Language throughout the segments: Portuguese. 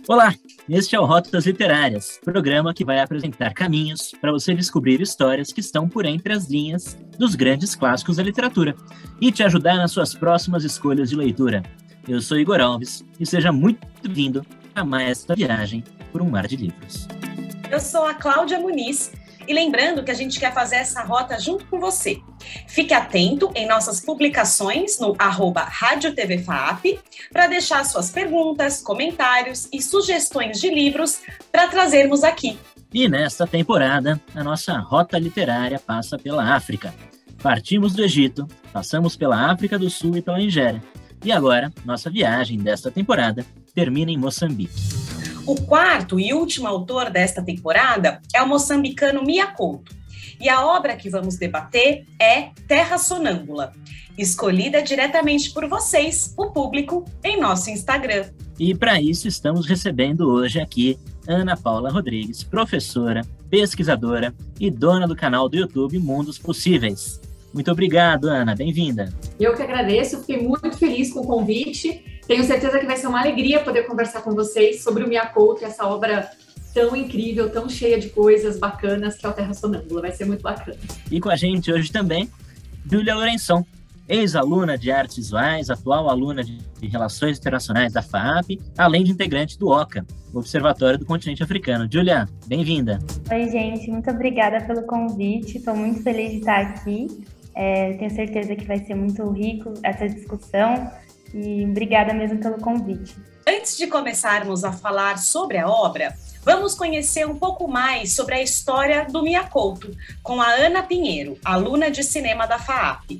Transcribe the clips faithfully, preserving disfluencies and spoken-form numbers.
Olá, este é o Rotas Literárias, programa que vai apresentar caminhos para você descobrir histórias que estão por entre as linhas dos grandes clássicos da literatura e te ajudar nas suas próximas escolhas de leitura. Eu sou Igor Alves e seja muito bem-vindo a mais esta viagem por um mar de livros. Eu sou a Cláudia Muniz e lembrando que a gente quer fazer essa rota junto com você. Fique atento em nossas publicações no arroba Rádio T V FAAP para deixar suas perguntas, comentários e sugestões de livros para trazermos aqui. E nesta temporada, a nossa rota literária passa pela África. Partimos do Egito, passamos pela África do Sul e pela Nigéria. E agora, nossa viagem desta temporada termina em Moçambique. O quarto e último autor desta temporada é o moçambicano Mia Couto. E a obra que vamos debater é Terra Sonâmbula, escolhida diretamente por vocês, o público, em nosso Instagram. E para isso estamos recebendo hoje aqui Ana Paula Rodrigues, professora, pesquisadora e dona do canal do YouTube Mundos Possíveis. Muito obrigado, Ana. Bem-vinda. Eu que agradeço, fiquei muito feliz com o convite. Tenho certeza que vai ser uma alegria poder conversar com vocês sobre o Mia Couto, essa obra tão incrível, tão cheia de coisas bacanas que é o Terra Sonâmbula. Vai ser muito bacana. E com a gente hoje também, Júlia Lourençon, ex-aluna de artes visuais, atual aluna de Relações Internacionais da FAAP, além de integrante do OCA, o Observatório do Continente Africano. Júlia, bem-vinda. Oi, gente. Muito obrigada pelo convite. Estou muito feliz de estar aqui. É, tenho certeza que vai ser muito rico essa discussão. E obrigada mesmo pelo convite. Antes de começarmos a falar sobre a obra, vamos conhecer um pouco mais sobre a história do Mia Couto, com a Ana Pinheiro, aluna de cinema da FAAP.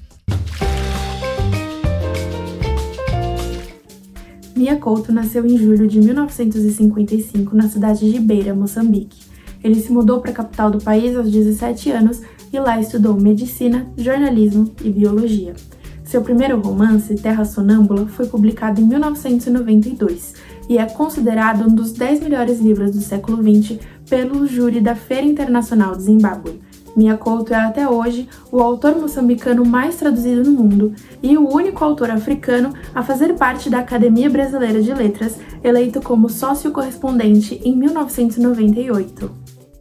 Mia Couto nasceu em julho de mil novecentos e cinquenta e cinco na cidade de Beira, Moçambique. Ele se mudou para a capital do país aos dezessete anos e lá estudou medicina, jornalismo e biologia. Seu primeiro romance, Terra Sonâmbula, foi publicado em mil novecentos e noventa e dois e é considerado um dos dez melhores livros do século vinte pelo júri da Feira Internacional de Zimbábue. Mia Couto é até hoje o autor moçambicano mais traduzido no mundo e o único autor africano a fazer parte da Academia Brasileira de Letras, eleito como sócio correspondente em mil novecentos e noventa e oito.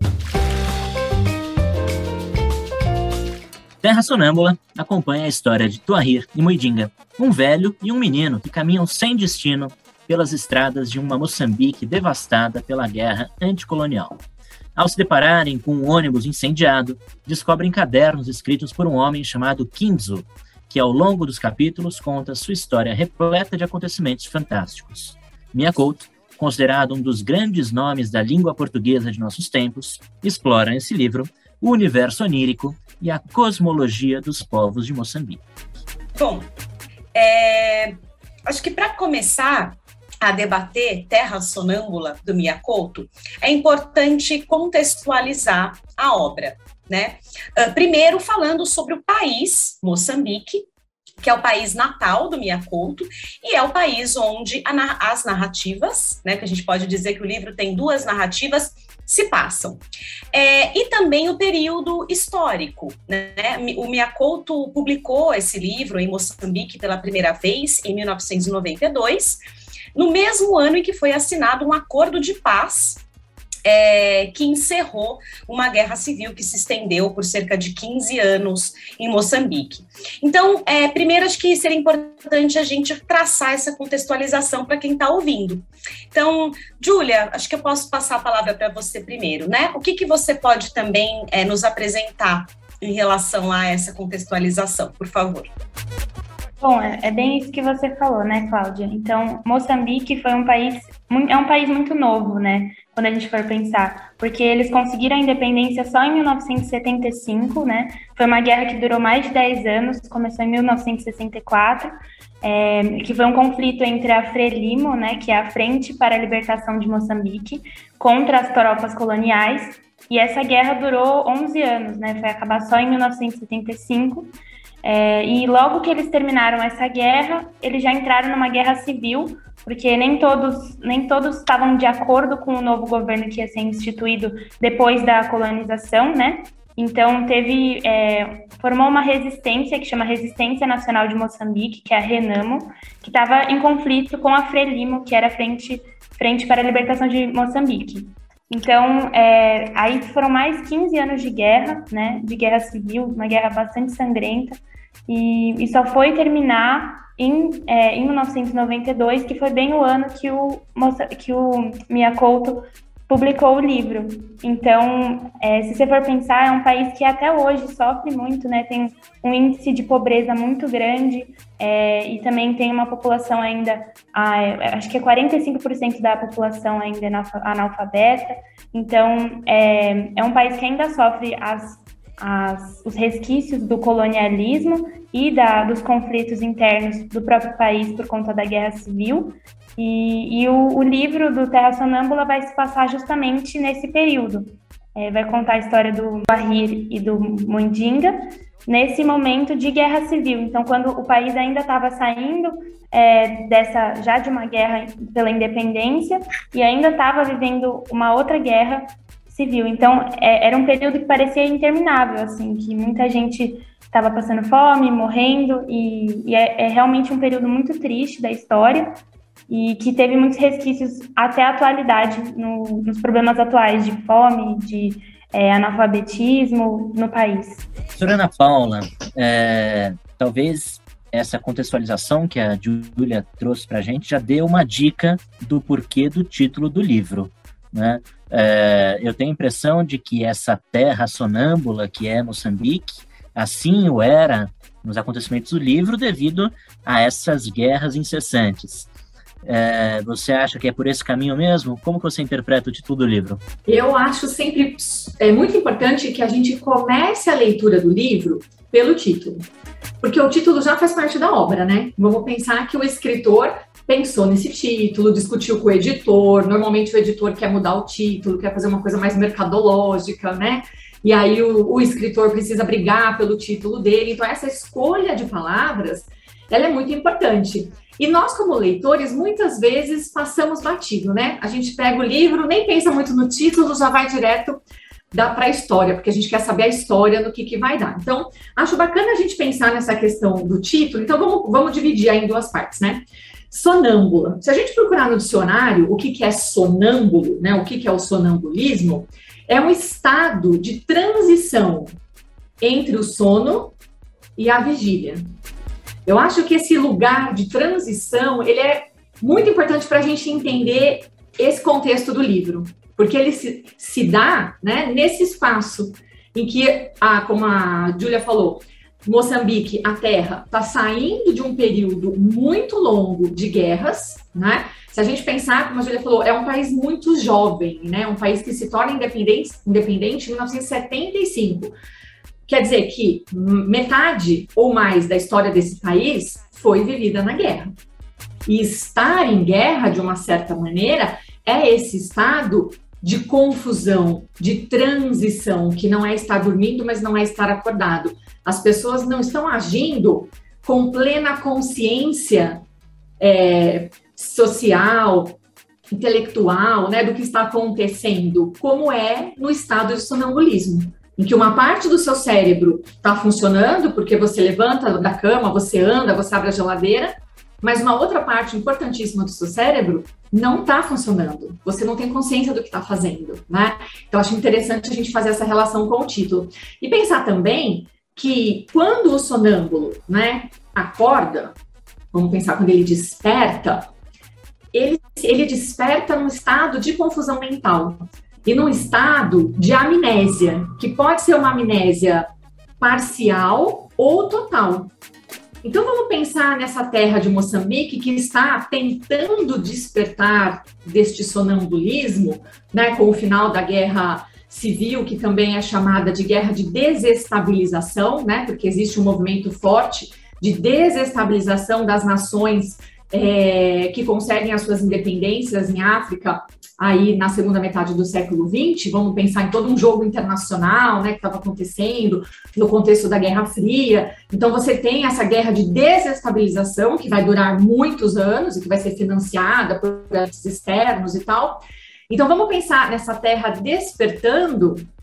Terra Sonâmbula acompanha a história de Tuahir e Muidinga, um velho e um menino que caminham sem destino pelas estradas de uma Moçambique devastada pela guerra anticolonial. Ao se depararem com um ônibus incendiado, descobrem cadernos escritos por um homem chamado Kinzo, que ao longo dos capítulos conta sua história repleta de acontecimentos fantásticos. Mia Couto, considerado um dos grandes nomes da língua portuguesa de nossos tempos, explora nesse livro o universo onírico e a cosmologia dos povos de Moçambique. Bom, é, acho que para começar a debater Terra Sonâmbula do Mia Couto, é importante contextualizar a obra, né? Uh, primeiro falando sobre o país, Moçambique, que é o país natal do Mia Couto, e é o país onde a, as narrativas, né, que a gente pode dizer que o livro tem duas narrativas, se passam. É, e também o período histórico, né? O Mia Couto publicou esse livro em Moçambique pela primeira vez, em mil novecentos e noventa e dois, no mesmo ano em que foi assinado um acordo de paz É, que encerrou uma guerra civil que se estendeu por cerca de quinze anos em Moçambique. Então, é, primeiro acho que seria importante a gente traçar essa contextualização para quem está ouvindo. Então, Júlia, acho que eu posso passar a palavra para você primeiro, né? O que, que você pode também é, nos apresentar em relação a essa contextualização, por favor? Bom, é bem isso que você falou, né, Cláudia? Então, Moçambique foi um país, é um país muito novo, né, quando a gente for pensar, porque eles conseguiram a independência só em mil novecentos e setenta e cinco, né, foi uma guerra que durou mais de dez anos, começou em mil novecentos e sessenta e quatro, é, que foi um conflito entre a Frelimo, né, que é a Frente para a Libertação de Moçambique, contra as tropas coloniais, e essa guerra durou onze anos, né, foi acabar só em mil novecentos e setenta e cinco, É, e logo que eles terminaram essa guerra, eles já entraram numa guerra civil, porque nem todos, nem todos estavam de acordo com o novo governo que ia ser instituído depois da colonização, né? Então, teve, é, formou uma resistência que chama Resistência Nacional de Moçambique, que é a RENAMO, que estava em conflito com a FRELIMO, que era a Frente, Frente para a Libertação de Moçambique. Então, é, aí foram mais quinze anos de guerra, né, de guerra civil, uma guerra bastante sangrenta, e, e só foi terminar em, é, em mil novecentos e noventa e dois, que foi bem o ano que o, que o Mia Couto publicou o livro. Então, é, se você for pensar, é um país que até hoje sofre muito, né? Tem um índice de pobreza muito grande, é, e também tem uma população ainda, ah, acho que é quarenta e cinco por cento da população ainda analfabeta. Então, é, é um país que ainda sofre as, as, os resquícios do colonialismo e da, dos conflitos internos do próprio país por conta da guerra civil. E, e o, o livro do Terra Sonâmbula vai se passar justamente nesse período. É, vai contar a história do Ahir e do Mundinga nesse momento de guerra civil. Então, quando o país ainda estava saindo é, dessa, já de uma guerra pela independência e ainda estava vivendo uma outra guerra civil. Então, é, era um período que parecia interminável, assim, que muita gente estava passando fome, morrendo, e, e é, é realmente um período muito triste da história, e que teve muitos resquícios até a atualidade, no, nos problemas atuais de fome, de é, analfabetismo no país. Professora Ana Paula, é, talvez essa contextualização que a Júlia trouxe para a gente já deu uma dica do porquê do título do livro, né? É, eu tenho a impressão de que essa terra sonâmbula que é Moçambique, assim o era nos acontecimentos do livro devido a essas guerras incessantes. É, você acha que é por esse caminho mesmo? Como que você interpreta o título do livro? Eu acho sempre é muito importante que a gente comece a leitura do livro pelo título, porque o título já faz parte da obra, né? Vamos pensar que o escritor pensou nesse título, discutiu com o editor, normalmente o editor quer mudar o título, quer fazer uma coisa mais mercadológica, né? E aí o, o escritor precisa brigar pelo título dele, então essa escolha de palavras, ela é muito importante. E nós, como leitores, muitas vezes passamos batido, né? A gente pega o livro, nem pensa muito no título, já vai direto para a história, porque a gente quer saber a história no que, que vai dar. Então, acho bacana a gente pensar nessa questão do título. Então, vamos, vamos dividir aí em duas partes, né? Sonâmbula. Se a gente procurar no dicionário o que, que é sonâmbulo, né? O que, que é o sonambulismo, é um estado de transição entre o sono e a vigília. Eu acho que esse lugar de transição, ele é muito importante para a gente entender esse contexto do livro, porque ele se, se dá, né, nesse espaço em que, ah, como a Júlia falou, Moçambique, a terra, está saindo de um período muito longo de guerras, né? Se a gente pensar, como a Júlia falou, é um país muito jovem, né? Um país que se torna independente, independente em mil novecentos e setenta e cinco. Quer dizer que metade ou mais da história desse país foi vivida na guerra. E estar em guerra, de uma certa maneira, é esse estado de confusão, de transição, que não é estar dormindo, mas não é estar acordado. As pessoas não estão agindo com plena consciência é, social, intelectual, né, do que está acontecendo, como é no estado de sonambulismo, em que uma parte do seu cérebro está funcionando, porque você levanta da cama, você anda, você abre a geladeira, mas uma outra parte importantíssima do seu cérebro não está funcionando. Você não tem consciência do que está fazendo, né? Então, acho interessante a gente fazer essa relação com o título. E pensar também que quando o sonâmbulo, né, acorda, vamos pensar quando ele desperta, ele, ele desperta num estado de confusão mental e num estado de amnésia, que pode ser uma amnésia parcial ou total. Então, vamos pensar nessa terra de Moçambique que está tentando despertar deste sonambulismo, né, com o final da guerra civil, que também é chamada de guerra de desestabilização, né, porque existe um movimento forte de desestabilização das nações é, que conseguem as suas independências em África, aí na segunda metade do século vinte, vamos pensar em todo um jogo internacional, né, que estava acontecendo no contexto da Guerra Fria. Então você tem essa guerra de desestabilização que vai durar muitos anos e que vai ser financiada por agentes externos e tal. Então vamos pensar nessa terra despertando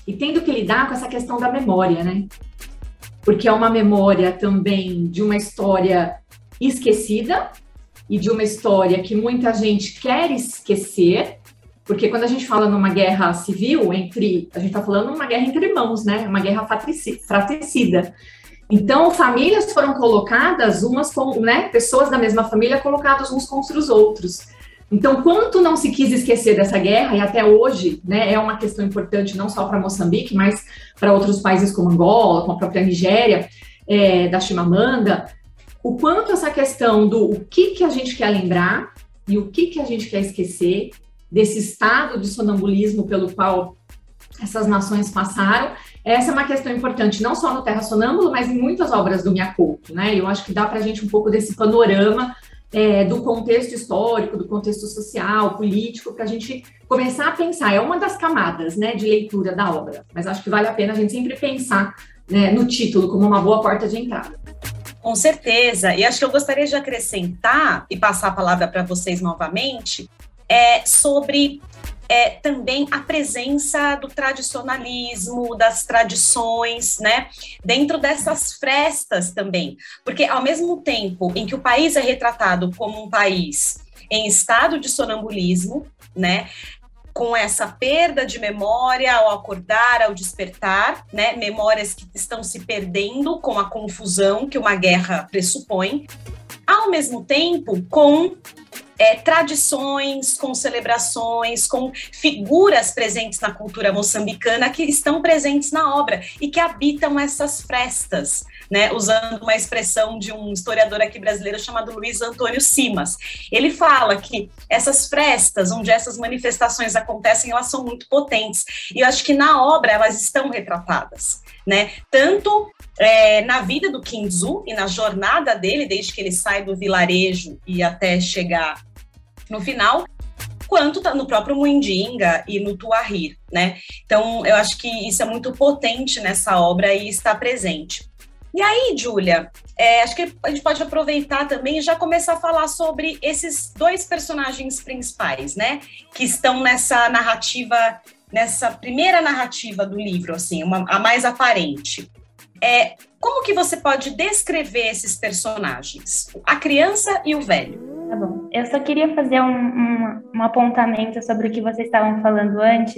e tendo que lidar com essa questão da memória, né? Porque é uma memória também de uma história esquecida e de uma história que muita gente quer esquecer, porque quando a gente fala numa guerra civil, entre, a gente está falando numa guerra entre irmãos, né? Uma guerra fratricida. Então, famílias foram colocadas, umas com, né? Pessoas da mesma família colocadas uns contra os outros. Então, quanto não se quis esquecer dessa guerra, e até hoje, né, é uma questão importante não só para Moçambique, mas para outros países como Angola, como a própria Nigéria, é, da Chimamanda, o quanto essa questão do o que, que a gente quer lembrar e o que, que a gente quer esquecer, desse estado de sonambulismo pelo qual essas nações passaram, essa é uma questão importante, não só no Terra Sonâmbula, mas em muitas obras do Miyakoto, né? Eu acho que dá para a gente um pouco desse panorama É, do contexto histórico, do contexto social, político, para a gente começar a pensar. É uma das camadas, né, de leitura da obra, mas acho que vale a pena a gente sempre pensar, né, no título como uma boa porta de entrada. Com certeza, e acho que eu gostaria de acrescentar e passar a palavra para vocês novamente, é, sobre é, também a presença do tradicionalismo, das tradições, né, dentro dessas frestas também, porque ao mesmo tempo em que o país é retratado como um país em estado de sonambulismo, né, com essa perda de memória ao acordar, ao despertar, né, memórias que estão se perdendo com a confusão que uma guerra pressupõe, ao mesmo tempo com É, tradições, com celebrações, com figuras presentes na cultura moçambicana que estão presentes na obra e que habitam essas frestas, né? Usando uma expressão de um historiador aqui brasileiro chamado Luiz Antônio Simas. Ele fala que essas frestas, onde essas manifestações acontecem, elas são muito potentes. E eu acho que na obra elas estão retratadas, né? Tanto é, na vida do Kinzu e na jornada dele, desde que ele sai do vilarejo e até chegar no final, quanto no próprio Muindinga e no Tuahir, né? Então, eu acho que isso é muito potente nessa obra e está presente. E aí, Júlia, é, acho que a gente pode aproveitar também e já começar a falar sobre esses dois personagens principais, né? Que estão nessa narrativa, nessa primeira narrativa do livro, assim, uma, a mais aparente. É, como que você pode descrever esses personagens? A criança e o velho. Tá bom. Eu só queria fazer um, um, um apontamento sobre o que vocês estavam falando antes,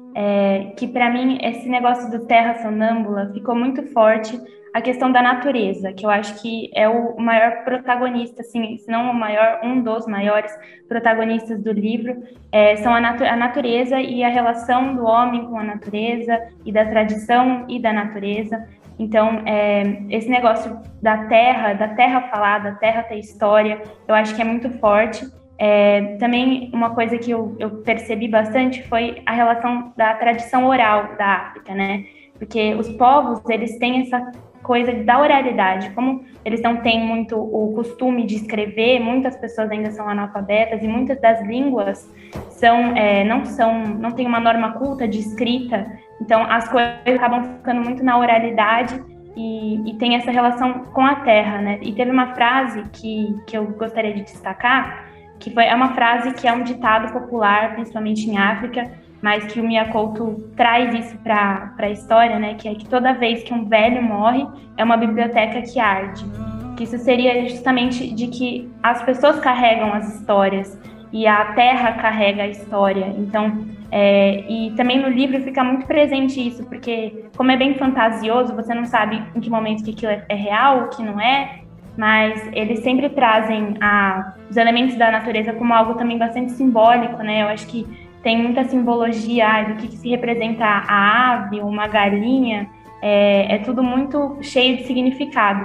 é, que para mim esse negócio do Terra Sonâmbula ficou muito forte, a questão da natureza, que eu acho que é o maior protagonista, assim, se não o maior, um dos maiores protagonistas do livro, é, são a, natu- a natureza e a relação do homem com a natureza e da tradição e da natureza. Então, é, esse negócio da terra, da terra falar, da terra ter história, eu acho que é muito forte. É, também uma coisa que eu, eu percebi bastante foi a relação da tradição oral da África, né? Porque os povos, eles têm essa coisa da oralidade, como eles não têm muito o costume de escrever, muitas pessoas ainda são analfabetas e muitas das línguas são, é, não são, não tem uma norma culta de escrita. Então, as coisas acabam ficando muito na oralidade e, e tem essa relação com a terra, né? E teve uma frase que, que eu gostaria de destacar, que foi, é uma frase que é um ditado popular, principalmente em África, mas que o Miyakoto traz isso para a história, né? Que é que toda vez que um velho morre, é uma biblioteca que arde. Que isso seria justamente de que as pessoas carregam as histórias e a terra carrega a história. Então, é, e também no livro fica muito presente isso, porque como é bem fantasioso, você não sabe em que momento que aquilo é real, o que não é, mas eles sempre trazem a, os elementos da natureza como algo também bastante simbólico, né? Eu acho que tem muita simbologia do que, que se representa a ave, uma galinha, é, é tudo muito cheio de significado.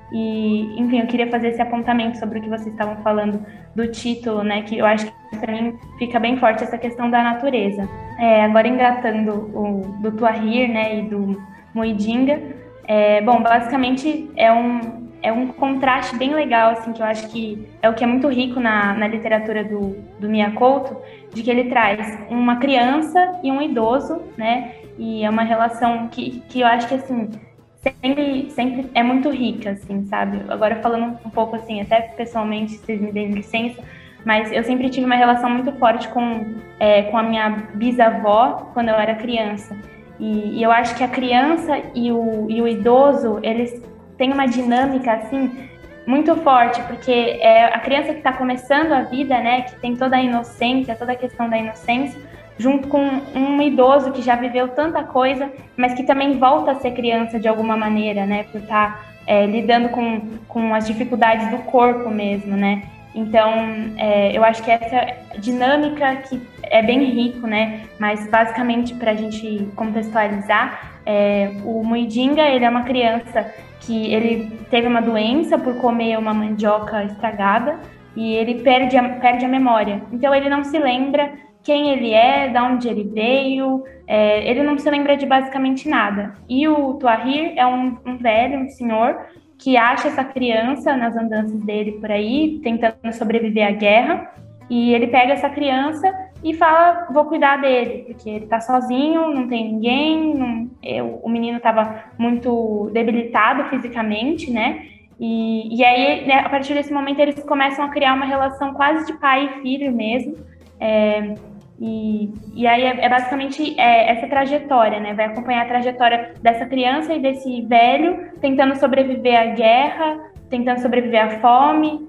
E, enfim, eu queria fazer esse apontamento sobre o que vocês estavam falando do título, né, que eu acho que para mim fica bem forte essa questão da natureza. É, agora engatando o do Tuahir, né, e do Muindinga, é, bom, basicamente é um, é um contraste bem legal, assim, que eu acho que é o que é muito rico na, na literatura do, do Miyakoto, de que ele traz uma criança e um idoso, né, e é uma relação que, que eu acho que, assim, Sempre, sempre é muito rica, assim, sabe? Agora falando um pouco, assim, até pessoalmente, se vocês me deem licença, mas eu sempre tive uma relação muito forte com, é, com a minha bisavó quando eu era criança. E, e eu acho que a criança e o, e o idoso, eles têm uma dinâmica, assim, muito forte, porque é a criança que está começando a vida, né, que tem toda a inocência, toda a questão da inocência, junto com um idoso que já viveu tanta coisa, mas que também volta a ser criança de alguma maneira, né, por estar é, lidando com, com as dificuldades do corpo mesmo, né. Então, é, eu acho que essa dinâmica que é bem rico, né, mas basicamente para a gente contextualizar, é, o Muidinga, ele é uma criança que ele teve uma doença por comer uma mandioca estragada e ele perde a, perde a memória. Então, ele não se lembra quem ele é, de onde ele veio, é, ele não se lembra de basicamente nada. E o Tuahir é um, um velho, um senhor, que acha essa criança nas andanças dele por aí, tentando sobreviver à guerra, e ele pega essa criança e fala, vou cuidar dele, porque ele tá sozinho, não tem ninguém, não, eu, o menino estava muito debilitado fisicamente, né, e, e aí, né, a partir desse momento, eles começam a criar uma relação quase de pai e filho mesmo, é, e, e aí é, é basicamente é, essa trajetória, né, vai acompanhar a trajetória dessa criança e desse velho, tentando sobreviver à guerra, tentando sobreviver à fome.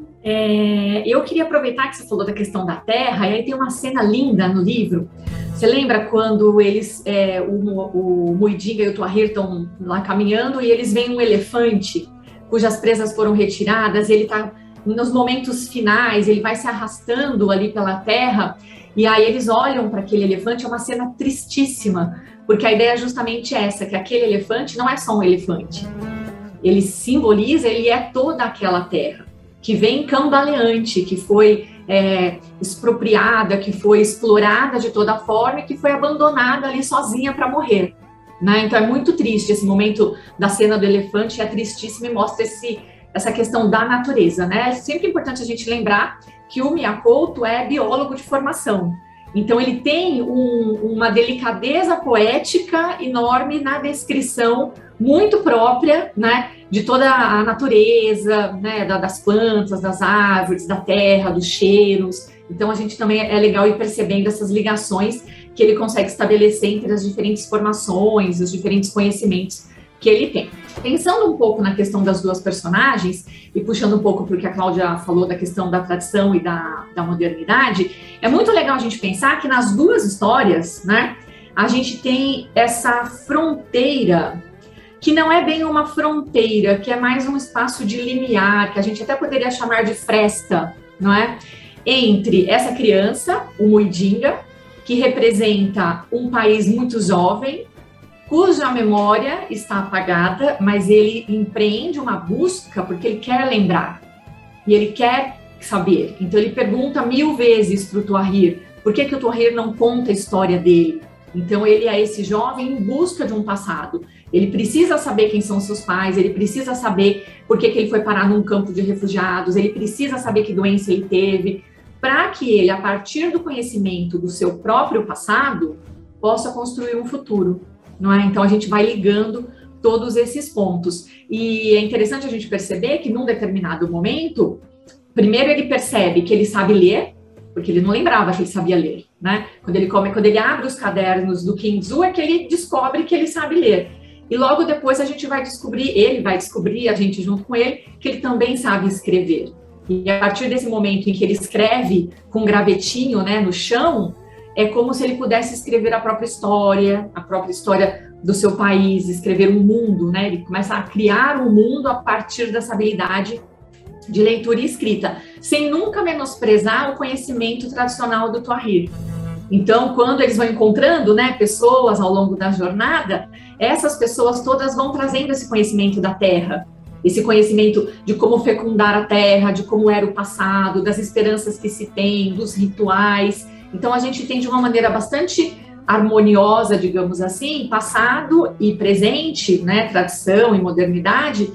É, eu queria aproveitar que você falou da questão da terra, e aí tem uma cena linda no livro. Você lembra quando eles, é, o, o Muidinga e o Tuahir estão lá caminhando e eles veem um elefante cujas presas foram retiradas, e ele está nos momentos finais, ele vai se arrastando ali pela terra, e aí eles olham para aquele elefante, é uma cena tristíssima, porque a ideia é justamente essa, que aquele elefante não é só um elefante, ele simboliza, ele é toda aquela terra, que vem cambaleante, que foi é, expropriada, que foi explorada de toda forma e que foi abandonada ali sozinha para morrer, né? Então é muito triste esse momento da cena do elefante, é tristíssimo e mostra esse, essa questão da natureza, né? É sempre importante a gente lembrar que o Mia Couto é biólogo de formação, então ele tem um, uma delicadeza poética enorme na descrição muito própria, né, de toda a natureza, né, das plantas, das árvores, da terra, dos cheiros. Então a gente também é legal ir percebendo essas ligações que ele consegue estabelecer entre as diferentes formações, os diferentes conhecimentos que ele tem. Pensando um pouco na questão das duas personagens e puxando um pouco para o que a Cláudia falou da questão da tradição e da, da modernidade, é muito legal a gente pensar que nas duas histórias, né, a gente tem essa fronteira que não é bem uma fronteira, que é mais um espaço de limiar, que a gente até poderia chamar de fresta, não é? Entre essa criança, o Muidinga, que representa um país muito jovem, cuja memória está apagada, mas ele empreende uma busca porque ele quer lembrar, e ele quer saber. Então ele pergunta mil vezes para o Tuahir, por que, que o Tuahir não conta a história dele? Então ele é esse jovem em busca de um passado. Ele precisa saber quem são seus pais, ele precisa saber por que, que ele foi parar num campo de refugiados, ele precisa saber que doença ele teve, para que ele, a partir do conhecimento do seu próprio passado, possa construir um futuro, não é? Então a gente vai ligando todos esses pontos. E é interessante a gente perceber que num determinado momento, primeiro ele percebe que ele sabe ler, porque ele não lembrava que ele sabia ler, né? Quando ele come, quando ele abre os cadernos do Kinzu, é que ele descobre que ele sabe ler. E logo depois a gente vai descobrir, ele vai descobrir, a gente junto com ele, que ele também sabe escrever. E a partir desse momento em que ele escreve com um gravetinho, né, no chão, é como se ele pudesse escrever a própria história, a própria história do seu país, escrever um mundo, né? Ele começa a criar um mundo a partir dessa habilidade de leitura e escrita, sem nunca menosprezar o conhecimento tradicional do Tuahir. Então, quando eles vão encontrando, né, pessoas ao longo da jornada, essas pessoas todas vão trazendo esse conhecimento da terra, esse conhecimento de como fecundar a terra, de como era o passado, das esperanças que se tem, dos rituais. Então, a gente tem de uma maneira bastante harmoniosa, digamos assim, passado e presente, né, tradição e modernidade,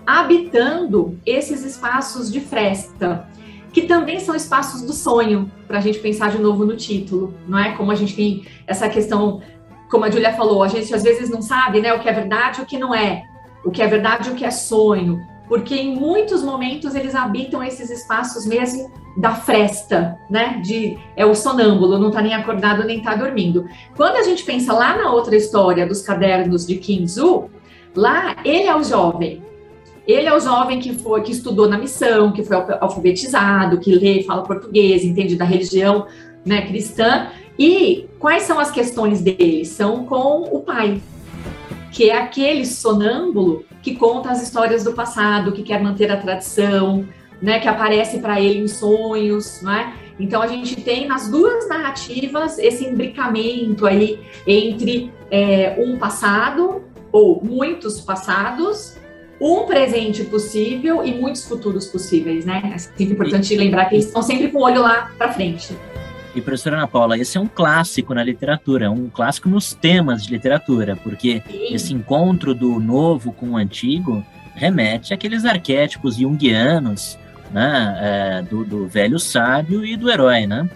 habitando esses espaços de fresta, que também são espaços do sonho, para a gente pensar de novo no título, não é? Como a gente tem essa questão, como a Júlia falou, a gente às vezes não sabe, né, o que é verdade e o que não é, o que é verdade e o que é sonho. porque em muitos momentos eles habitam esses espaços mesmo da fresta, né? De, é o sonâmbulo, não está nem acordado nem está dormindo. Quando a gente pensa lá na outra história dos cadernos de King Zu, lá ele é o jovem. Ele é o jovem que foi, que estudou na missão, que foi alfabetizado, que lê, fala português, entende da religião, né, cristã. E quais são as questões dele? São com o pai, que é aquele sonâmbulo que conta as histórias do passado, que quer manter a tradição, né, que aparece para ele em sonhos, né? Então a gente tem nas duas narrativas esse imbricamento aí entre é, um passado ou muitos passados, um presente possível e muitos futuros possíveis, né? É sempre importante e, lembrar que eles estão sempre com o olho lá para frente. E, professora Ana Paula, esse é um clássico na literatura, um clássico nos temas de literatura, porque Sim. esse encontro do novo com o antigo remete àqueles arquétipos junguianos, né, é, do, do velho sábio e do herói, né?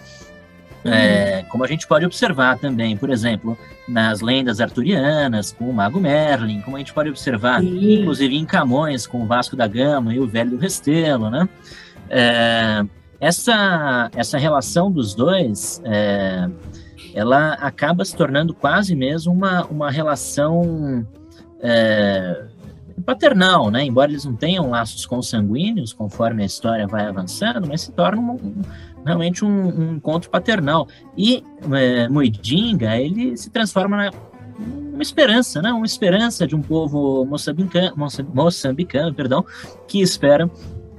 É, como a gente pode observar também, por exemplo, nas lendas arturianas, com o Mago Merlin, como a gente pode observar, Sim. inclusive em Camões, com o Vasco da Gama e o Velho do Restelo, né? É, essa, essa relação dos dois, é, ela acaba se tornando quase mesmo uma, uma relação é, paternal, né? Embora eles não tenham laços consanguíneos, conforme a história vai avançando, mas se torna um, um, realmente um, um encontro paternal. E é, Muidinga, ele se transforma na uma esperança, né? Uma esperança de um povo moçambicano, moçambicano perdão, que espera,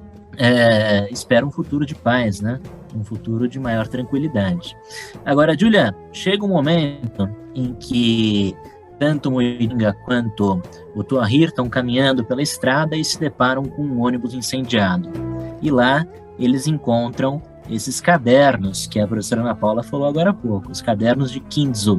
é, espera um futuro de paz, né? Um futuro de maior tranquilidade. Agora, Júlia, chega um momento em que tanto o Muidinga quanto o Tuahir estão caminhando pela estrada e se deparam com um ônibus incendiado. E lá eles encontram esses cadernos que a professora Ana Paula falou agora há pouco, os cadernos de King Zu.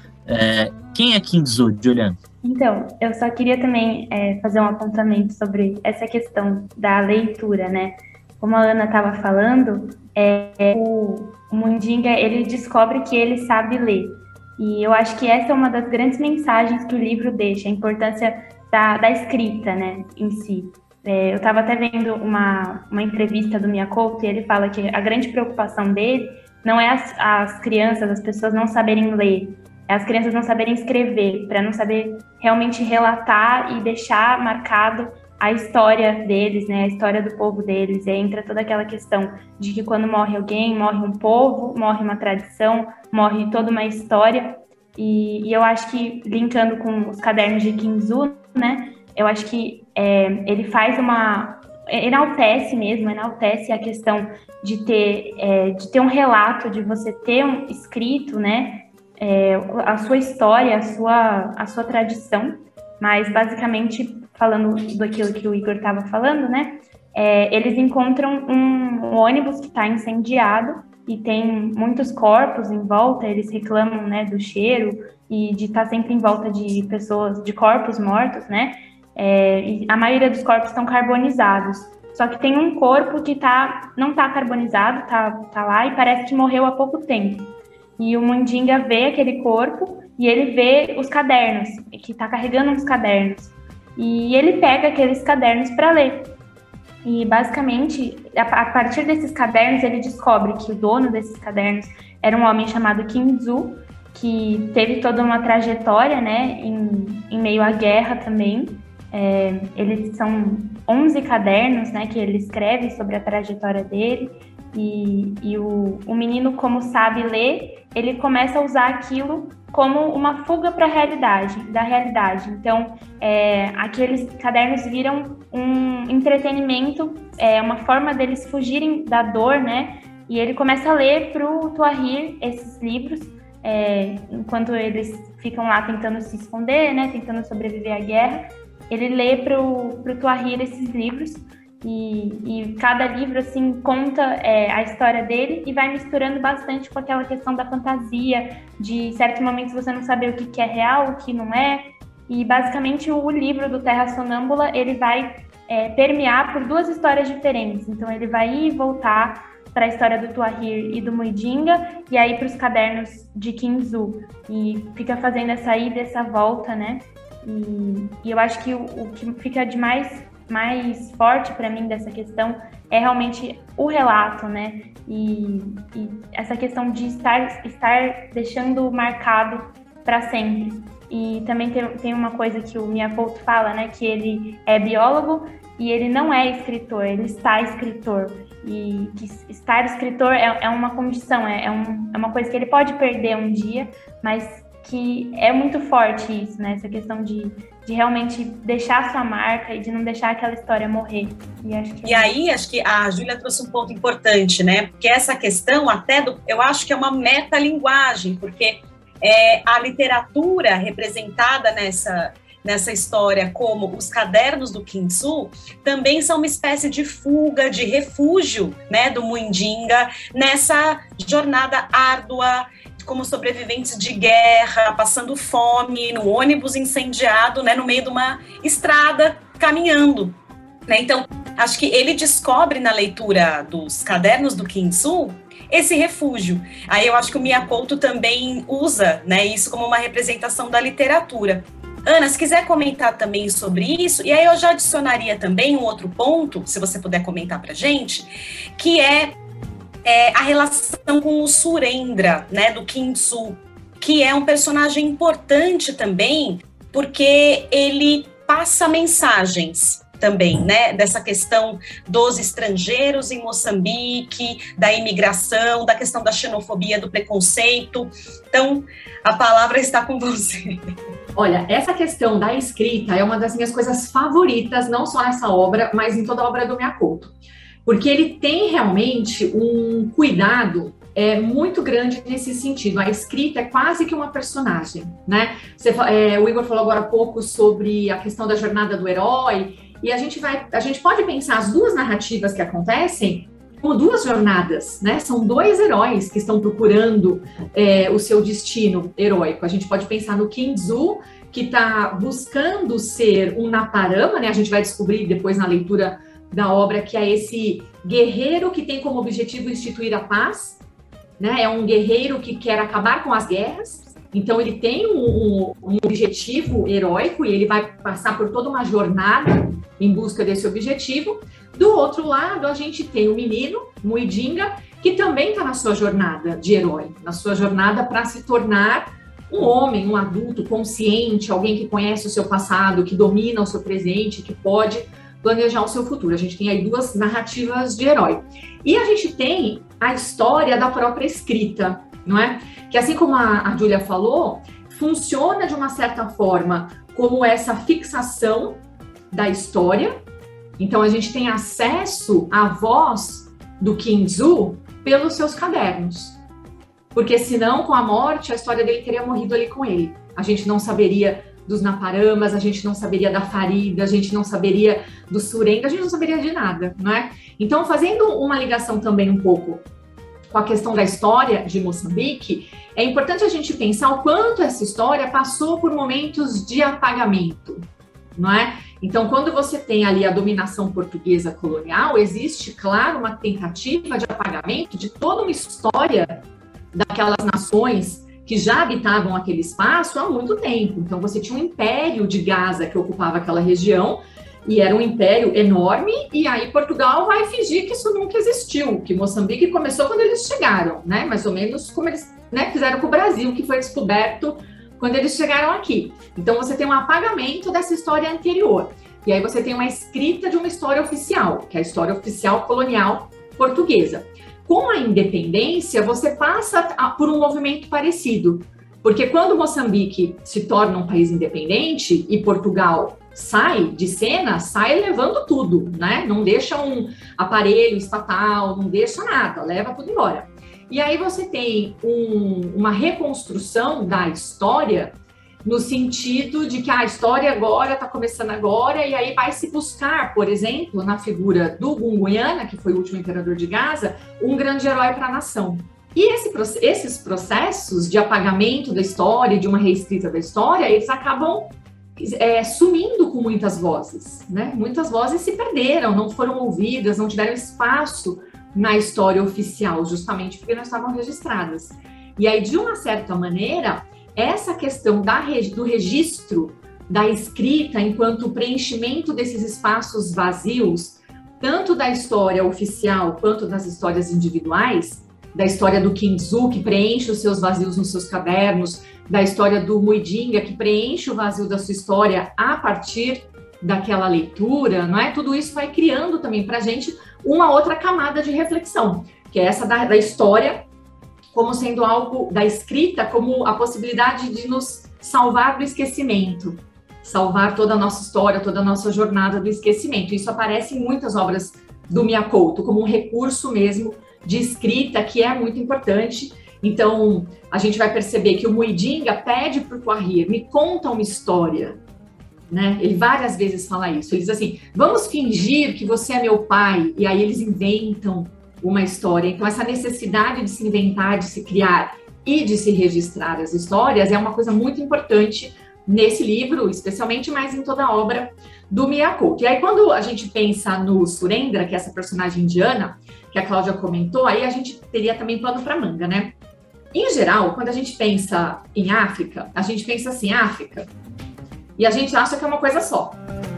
É, quem é King Zu, Juliana? Então, eu só queria também é, fazer um apontamento sobre essa questão da leitura, né? Como a Ana estava falando, é, o, o Muidinga, ele descobre que ele sabe ler. E eu acho que essa é uma das grandes mensagens que o livro deixa, a importância da, da escrita, né, em si. É, eu estava até vendo uma, uma entrevista do Miyakoto e ele fala que a grande preocupação dele não é as, as crianças, as pessoas não saberem ler, é as crianças não saberem escrever, para não saber realmente relatar e deixar marcado a história deles, né, a história do povo deles. E aí entra toda aquela questão de que quando morre alguém, morre um povo, morre uma tradição, morre toda uma história. E, e eu acho que, linkando com os cadernos de King Zu, né, eu acho que é, ele faz uma... enaltece mesmo, enaltece a questão de ter, é, de ter um relato, de você ter um escrito, né, é, a sua história, a sua, a sua tradição, mas basicamente... falando daquilo que o Igor estava falando, né? É, eles encontram um, um ônibus que está incendiado e tem muitos corpos em volta. Eles reclamam, né, do cheiro e de estar tá sempre em volta de pessoas, de corpos mortos, né? É, e a maioria dos corpos estão carbonizados. Só que tem um corpo que tá, não está carbonizado, tá, tá lá e parece que morreu há pouco tempo. E o Muidinga vê aquele corpo e ele vê os cadernos, que está carregando uns cadernos. E ele pega aqueles cadernos para ler. E, basicamente, a partir desses cadernos, ele descobre que o dono desses cadernos era um homem chamado King Zu, que teve toda uma trajetória, né, em, em meio à guerra também. É, eles são onze cadernos, né, que ele escreve sobre a trajetória dele. E, e o, o menino, como sabe ler, ele começa a usar aquilo como uma fuga para a realidade, da realidade. Então, é, aqueles cadernos viram um entretenimento, é, uma forma deles fugirem da dor, né? E ele começa a ler para o Tuahir esses livros, é, enquanto eles ficam lá tentando se esconder, né? Tentando sobreviver à guerra. Ele lê para o Tuahir esses livros. E, e cada livro, assim, conta é, a história dele e vai misturando bastante com aquela questão da fantasia, de certos momentos você não saber o que, que é real, o que não é. E, basicamente, o, o livro do Terra Sonâmbula, ele vai é, permear por duas histórias diferentes. Então, ele vai ir e voltar para a história do Tuahir e do Muidinga, e aí para os cadernos de King Zu. E fica fazendo essa ida e essa volta, né? E, e eu acho que o, o que fica de mais mais forte para mim dessa questão é realmente o relato, né? E, e essa questão de estar, estar deixando marcado para sempre. E também tem, tem uma coisa que o Mia Couto fala, né? Que ele é biólogo e ele não é escritor, ele está escritor. E que estar escritor é, é uma condição, é, é, um, é uma coisa que ele pode perder um dia, mas que é muito forte isso, né? Essa questão de, de realmente deixar sua marca e de não deixar aquela história morrer. E, acho que e é... aí, acho que a Júlia trouxe um ponto importante, né? Porque essa questão até, do, eu acho que é uma metalinguagem, porque é, a literatura representada nessa, nessa história como os cadernos do Quinzhou também são uma espécie de fuga, de refúgio, né, do Muindinga nessa jornada árdua, como sobreviventes de guerra, passando fome, no ônibus incendiado, né, no meio de uma estrada, caminhando. Né? Então, acho que ele descobre na leitura dos cadernos do Quinzhou esse refúgio. Aí eu acho que o Mia Couto também usa, né, isso como uma representação da literatura. Ana, se quiser comentar também sobre isso, e aí eu já adicionaria também um outro ponto, se você puder comentar pra gente, que é É, a relação com o Surendra, né, do Quinzhou, que é um personagem importante também, porque ele passa mensagens também, né, dessa questão dos estrangeiros em Moçambique, da imigração, da questão da xenofobia, do preconceito. Então, a palavra está com você. Olha, essa questão da escrita é uma das minhas coisas favoritas, não só nessa obra, mas em toda a obra do Mia Couto. Porque ele tem realmente um cuidado é, muito grande nesse sentido. A escrita é quase que uma personagem, né? Você, é, o Igor falou agora há pouco sobre a questão da jornada do herói, e a gente, vai, a gente pode pensar as duas narrativas que acontecem como duas jornadas, né? São dois heróis que estão procurando é, o seu destino heróico. A gente pode pensar no Quinzhou, que está buscando ser um Naparama, né? A gente vai descobrir depois na leitura da obra, que é esse guerreiro que tem como objetivo instituir a paz, né? É um guerreiro que quer acabar com as guerras, então ele tem um, um objetivo heróico e ele vai passar por toda uma jornada em busca desse objetivo. Do outro lado, a gente tem o menino, Muindinga, que também está na sua jornada de herói, na sua jornada para se tornar um homem, um adulto consciente, alguém que conhece o seu passado, que domina o seu presente, que pode planejar o seu futuro. A gente tem aí duas narrativas de herói. E a gente tem a história da própria escrita, não é? Que assim como a, a Júlia falou, funciona de uma certa forma como essa fixação da história. Então a gente tem acesso à voz do Quinzhou pelos seus cadernos. Porque senão, com a morte, a história dele teria morrido ali com ele. A gente não saberia dos Naparamas, a gente não saberia da Farida, a gente não saberia do Surendra, a gente não saberia de nada, não é? Então, fazendo uma ligação também um pouco com a questão da história de Moçambique, é importante a gente pensar o quanto essa história passou por momentos de apagamento, não é? Então, quando você tem ali a dominação portuguesa colonial, existe, claro, uma tentativa de apagamento de toda uma história daquelas nações que já habitavam aquele espaço há muito tempo. Então, você tinha um império de Gaza que ocupava aquela região, e era um império enorme, e aí Portugal vai fingir que isso nunca existiu, que Moçambique começou quando eles chegaram, né? Mais ou menos como eles, né, fizeram com o Brasil, que foi descoberto quando eles chegaram aqui. Então, você tem um apagamento dessa história anterior. E aí você tem uma escrita de uma história oficial, que é a história oficial colonial portuguesa. Com a independência, você passa por um movimento parecido, porque quando Moçambique se torna um país independente e Portugal sai de cena, sai levando tudo, né? Não deixa um aparelho estatal, não deixa nada, leva tudo embora. E aí você tem um, uma reconstrução da história no sentido de que a história agora está começando agora, e aí vai se buscar, por exemplo, na figura do Gungunhana, que foi o último imperador de Gaza, um grande herói para a nação. E esse, esses processos de apagamento da história, de uma reescrita da história, eles acabam é, sumindo com muitas vozes, né? Muitas vozes se perderam, não foram ouvidas, não tiveram espaço na história oficial, justamente porque não estavam registradas. E aí, de uma certa maneira, essa questão da, do registro da escrita enquanto preenchimento desses espaços vazios, tanto da história oficial quanto das histórias individuais, da história do Kinzu, que preenche os seus vazios nos seus cadernos, da história do Muidinga, que preenche o vazio da sua história a partir daquela leitura, não é? Tudo isso vai criando também para a gente uma outra camada de reflexão, que é essa da, da história como sendo algo, da escrita como a possibilidade de nos salvar do esquecimento, salvar toda a nossa história, toda a nossa jornada do esquecimento. Isso aparece em muitas obras do Miyakoto, como um recurso mesmo de escrita que é muito importante. Então, a gente vai perceber que o Muidinga pede para o Quahir, me conta uma história, né? Ele várias vezes fala isso. Ele diz assim, vamos fingir que você é meu pai, e aí eles inventam uma história. Então, essa necessidade de se inventar, de se criar e de se registrar as histórias é uma coisa muito importante nesse livro, especialmente, mas em toda a obra do Miyakoto. E aí, quando a gente pensa no Surendra, que é essa personagem indiana, que a Cláudia comentou, aí a gente teria também pano para manga, né? Em geral, quando a gente pensa em África, a gente pensa assim, África, e a gente acha que é uma coisa só,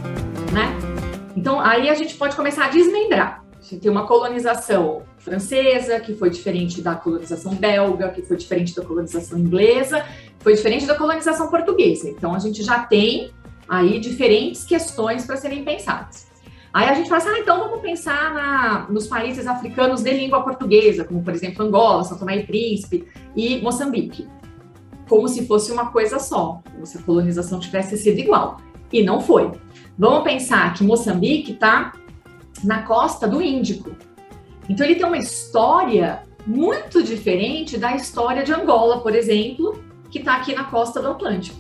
né? Então, aí a gente pode começar a desmembrar. A gente tem uma colonização francesa, que foi diferente da colonização belga, que foi diferente da colonização inglesa, foi diferente da colonização portuguesa. Então, a gente já tem aí diferentes questões para serem pensadas. Aí a gente fala assim, ah, então vamos pensar na, nos países africanos de língua portuguesa, como, por exemplo, Angola, São Tomé e Príncipe e Moçambique, como se fosse uma coisa só, como se a colonização tivesse sido igual. E não foi. Vamos pensar que Moçambique está na costa do Índico. Então, ele tem uma história muito diferente da história de Angola, por exemplo, que está aqui na costa do Atlântico,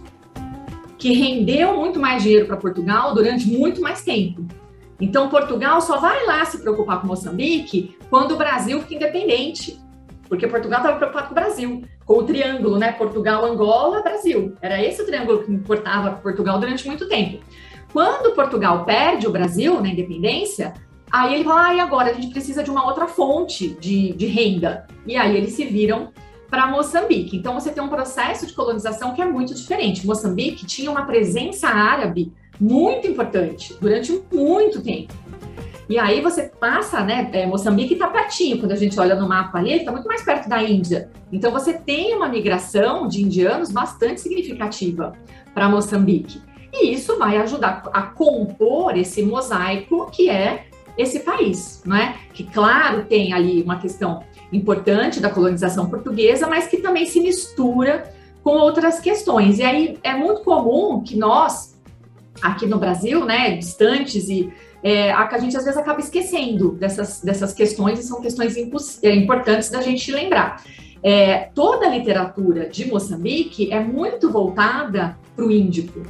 que rendeu muito mais dinheiro para Portugal durante muito mais tempo. Então, Portugal só vai lá se preocupar com Moçambique quando o Brasil fica independente, porque Portugal estava preocupado com o Brasil, com o triângulo, né? Portugal, Angola, Brasil. Era esse o triângulo que importava para Portugal durante muito tempo. Quando Portugal perde o Brasil na independência, aí ele fala, ah, e agora a gente precisa de uma outra fonte de, de renda. E aí eles se viram para Moçambique. Então, você tem um processo de colonização que é muito diferente. Moçambique tinha uma presença árabe muito importante durante muito tempo. E aí você passa, né, é, Moçambique está pertinho, quando a gente olha no mapa ali, ele está muito mais perto da Índia. Então você tem uma migração de indianos bastante significativa para Moçambique. E isso vai ajudar a compor esse mosaico que é esse país, não é? Que, claro, tem ali uma questão importante da colonização portuguesa, mas que também se mistura com outras questões. E aí é muito comum que nós, aqui no Brasil, né, distantes, e é, a, a gente às vezes acaba esquecendo dessas, dessas questões, e são questões é, importantes da gente lembrar. É, toda a literatura de Moçambique é muito voltada para o Índico.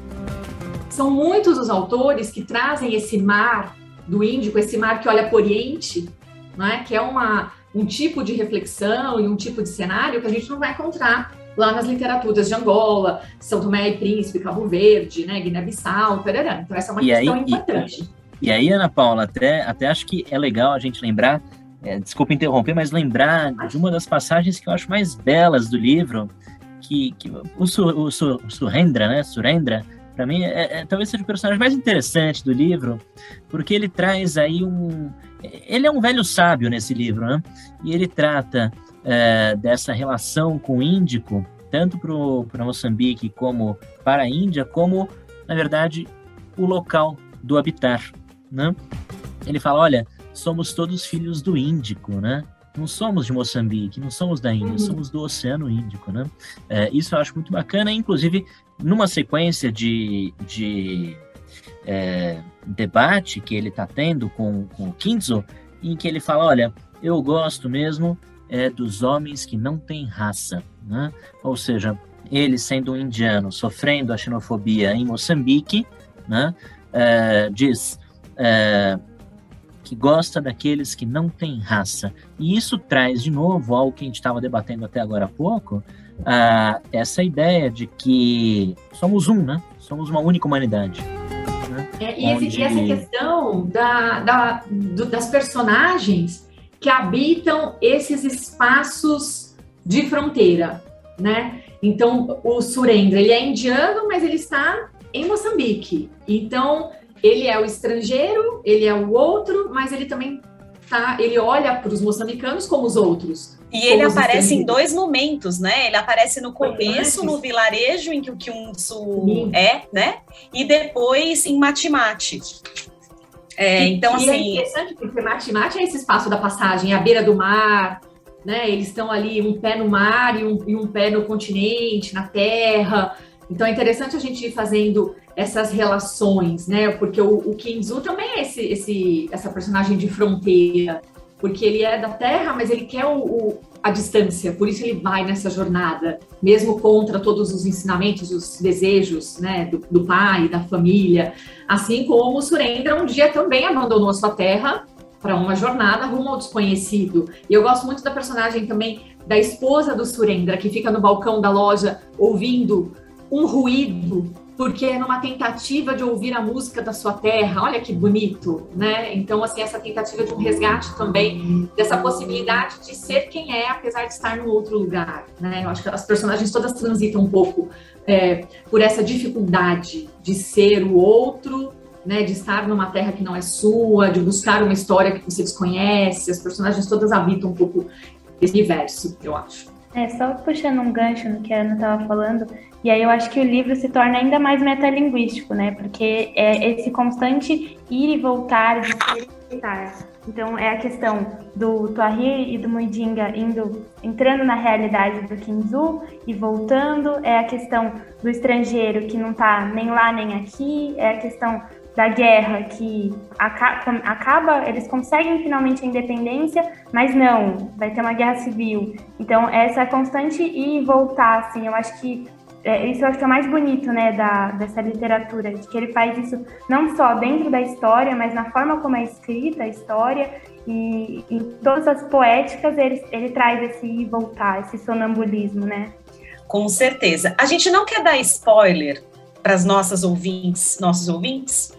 São muitos os autores que trazem esse mar do Índico, esse mar que olha para o Oriente, né, que é uma, um tipo de reflexão e um tipo de cenário que a gente não vai encontrar lá nas literaturas de Angola, São Tomé e Príncipe, Cabo Verde, né, Guiné-Bissau, tarará. Então essa é uma e questão aí, importante. E, e aí, Ana Paula, até, até acho que é legal a gente lembrar, é, desculpa interromper, mas lembrar de uma das passagens que eu acho mais belas do livro, que, que o, Su, o, Su, o Surendra, né, Surendra, para mim, é, é, talvez seja o personagem mais interessante do livro, porque ele traz aí um... Ele é um velho sábio nesse livro, né? E ele trata é, dessa relação com o Índico, tanto para Moçambique como para a Índia, como, na verdade, o local do habitar, né? Ele fala, olha, somos todos filhos do Índico, né? Não somos de Moçambique, não somos da Índia, uhum. somos do Oceano Índico, né? É, isso eu acho muito bacana, inclusive numa sequência de, de é, debate que ele está tendo com, com o Kinzo, em que ele fala, olha, eu gosto mesmo é, dos homens que não têm raça, né? Ou seja, ele sendo um indiano, sofrendo a xenofobia em Moçambique, né? É, diz... É, que gosta daqueles que não têm raça. E isso traz, de novo, algo que a gente estava debatendo até agora há pouco, uh, essa ideia de que somos um, né? Somos uma única humanidade. Né? É, e, Onde... e essa questão da, da, do, das personagens que habitam esses espaços de fronteira, né? Então, o Surendra, ele é indiano, mas ele está em Moçambique. Então, ele é o estrangeiro, ele é o outro, mas ele também tá, ele olha para os moçambicanos como os outros. E ele aparece em dois momentos, né? Ele aparece no começo, no vilarejo em que o Kyunsu é, né? E depois em Mati-Mati. É, então, e assim... é interessante porque Mati-Mati é esse espaço da passagem, à beira do mar, né? Eles estão ali um pé no mar e um, e um pé no continente, na terra. Então é interessante a gente ir fazendo essas relações, né? Porque o, o Kinzu também é esse, esse, essa personagem de fronteira, porque ele é da terra, mas ele quer o, o, a distância, por isso ele vai nessa jornada, mesmo contra todos os ensinamentos, os desejos, né, do, do pai, da família. Assim como o Surendra um dia também abandonou a sua terra para uma jornada rumo ao desconhecido. E eu gosto muito da personagem também da esposa do Surendra, que fica no balcão da loja ouvindo um ruído, porque é numa tentativa de ouvir a música da sua terra. Olha que bonito, né? Então, assim, essa tentativa de um resgate também dessa possibilidade de ser quem é, apesar de estar num outro lugar, né? Eu acho que as personagens todas transitam um pouco é, por essa dificuldade de ser o outro, né? De estar numa terra que não é sua, de buscar uma história que você desconhece. As personagens todas habitam um pouco esse universo, eu acho. É, só puxando um gancho no que a Ana estava falando, e aí eu acho que o livro se torna ainda mais metalinguístico, né? Porque é esse constante ir e voltar, de ser e voltar. Então é a questão do Tuahir e do Muidinga indo, entrando na realidade do Kinzu e voltando, é a questão do estrangeiro que não está nem lá nem aqui, é a questão da guerra que acaba, eles conseguem finalmente a independência, mas não, vai ter uma guerra civil. Então, essa constante ir e voltar, assim, eu acho que é, isso eu acho que é o mais bonito, né, da, dessa literatura, de que ele faz isso não só dentro da história, mas na forma como é escrita a história, e em todas as poéticas ele, ele traz esse ir e voltar, esse sonambulismo, né? Com certeza. A gente não quer dar spoiler para as nossas ouvintes, nossos ouvintes,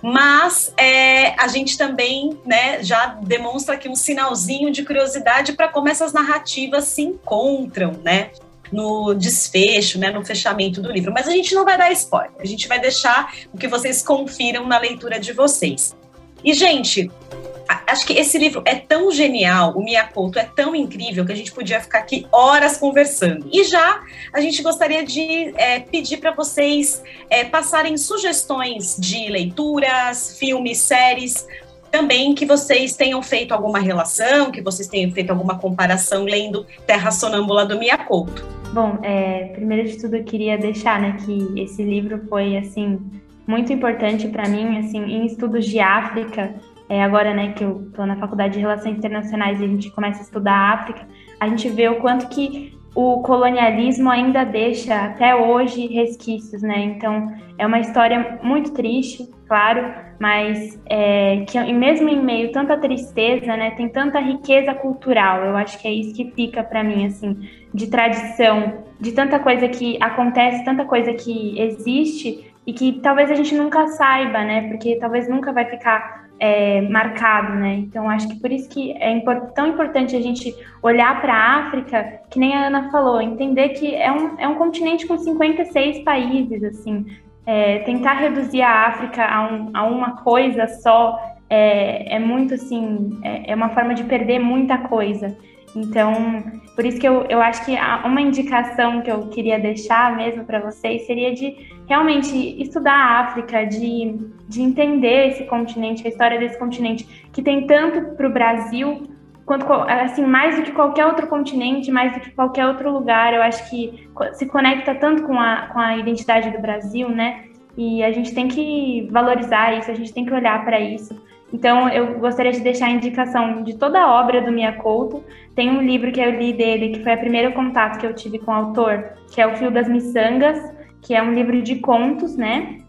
mas é, a gente também, né, já demonstra aqui um sinalzinho de curiosidade para como essas narrativas se encontram, né, no desfecho, né, no fechamento do livro. Mas a gente não vai dar spoiler, a gente vai deixar o que vocês confiram na leitura de vocês. E, gente, acho que esse livro é tão genial, o Miyakoto é tão incrível que a gente podia ficar aqui horas conversando. E já a gente gostaria de é, pedir para vocês é, passarem sugestões de leituras, filmes, séries, também que vocês tenham feito alguma relação, que vocês tenham feito alguma comparação lendo Terra Sonâmbula do Miyakoto. Bom, é, primeiro de tudo eu queria deixar, né, que esse livro foi, assim, muito importante para mim, assim, em estudos de África. É, agora, né, que eu estou na Faculdade de Relações Internacionais e a gente começa a estudar a África, a gente vê o quanto que o colonialismo ainda deixa, até hoje, resquícios, né? Então, é uma história muito triste, claro, mas é, que mesmo em meio a tanta tristeza, né, tem tanta riqueza cultural. Eu acho que é isso que fica para mim, assim, de tradição, de tanta coisa que acontece, tanta coisa que existe e que talvez a gente nunca saiba, né? Porque talvez nunca vai ficar É, marcado, né? Então, acho que por isso que é import- tão importante a gente olhar para a África, que nem a Ana falou, entender que é um, é um continente com cinquenta e seis países, assim, é, tentar reduzir a África a, um, a uma coisa só é, é muito, assim, é, é uma forma de perder muita coisa. Então, por isso que eu, eu acho que uma indicação que eu queria deixar mesmo para vocês seria de realmente estudar a África, de, de entender esse continente, a história desse continente, que tem tanto para o Brasil, quanto, assim, mais do que qualquer outro continente, mais do que qualquer outro lugar. Eu acho que se conecta tanto com a, com a identidade do Brasil, né? E a gente tem que valorizar isso, a gente tem que olhar para isso. Então, eu gostaria de deixar a indicação de toda a obra do Miyakoto. Tem um livro que eu li dele, que foi o primeiro contato que eu tive com o autor, que é O Fio das Miçangas, que é um livro de contos, né?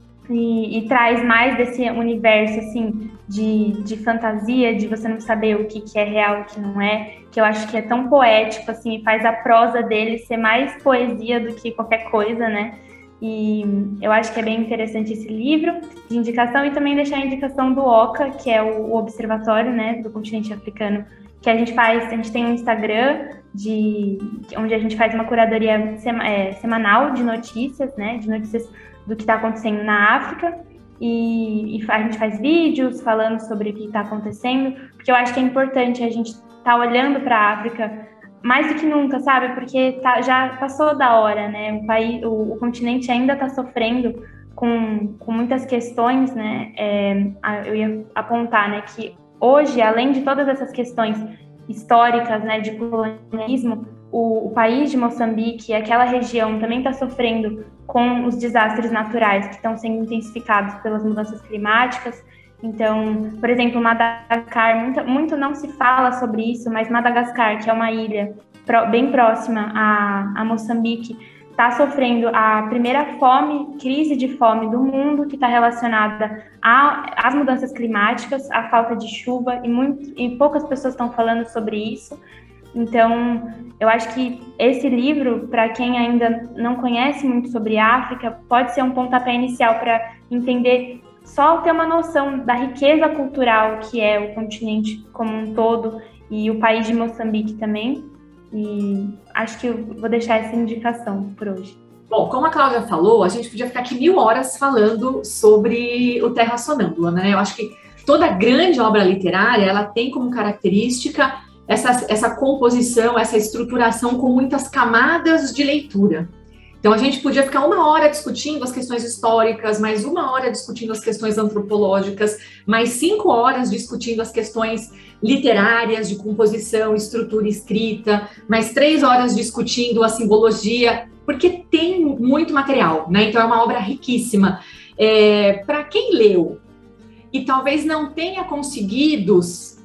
E, e traz mais desse universo, assim, de, de fantasia, de você não saber o que, que é real e o que não é, que eu acho que é tão poético, assim, e faz a prosa dele ser mais poesia do que qualquer coisa, né? E eu acho que é bem interessante esse livro de indicação, e também deixar a indicação do OCA, que é o Observatório, né, do continente africano, que a gente faz, a gente tem um Instagram de, onde a gente faz uma curadoria sema, é, semanal de notícias, né, de notícias do que está acontecendo na África, e, e a gente faz vídeos falando sobre o que está acontecendo, porque eu acho que é importante a gente estar tá olhando para a África mais do que nunca, sabe? Porque tá, já passou da hora, né? O, país, o, o continente ainda está sofrendo com, com muitas questões, né? É, eu ia apontar, né, que hoje, além de todas essas questões históricas, né, de colonialismo, o, o país de Moçambique, aquela região, também está sofrendo com os desastres naturais que estão sendo intensificados pelas mudanças climáticas. Então, por exemplo, Madagascar, muito, muito não se fala sobre isso, mas Madagascar, que é uma ilha pro, bem próxima a, a Moçambique, está sofrendo a primeira fome, crise de fome do mundo, que está relacionada às mudanças climáticas, à falta de chuva, e, muito, e poucas pessoas estão falando sobre isso. Então, eu acho que esse livro, para quem ainda não conhece muito sobre a África, pode ser um pontapé inicial para entender, só ter uma noção da riqueza cultural que é o continente como um todo, e o país de Moçambique também. E acho que eu vou deixar essa indicação por hoje. Bom, como a Cláudia falou, a gente podia ficar aqui mil horas falando sobre o Terra Sonâmbula, né? Eu acho que toda grande obra literária, ela tem como característica essa, essa composição, essa estruturação com muitas camadas de leitura. Então, a gente podia ficar uma hora discutindo as questões históricas, mais uma hora discutindo as questões antropológicas, mais cinco horas discutindo as questões literárias, de composição, estrutura escrita, mais três horas discutindo a simbologia, porque tem muito material, né? Então, é uma obra riquíssima. É, para quem leu e talvez não tenha conseguido,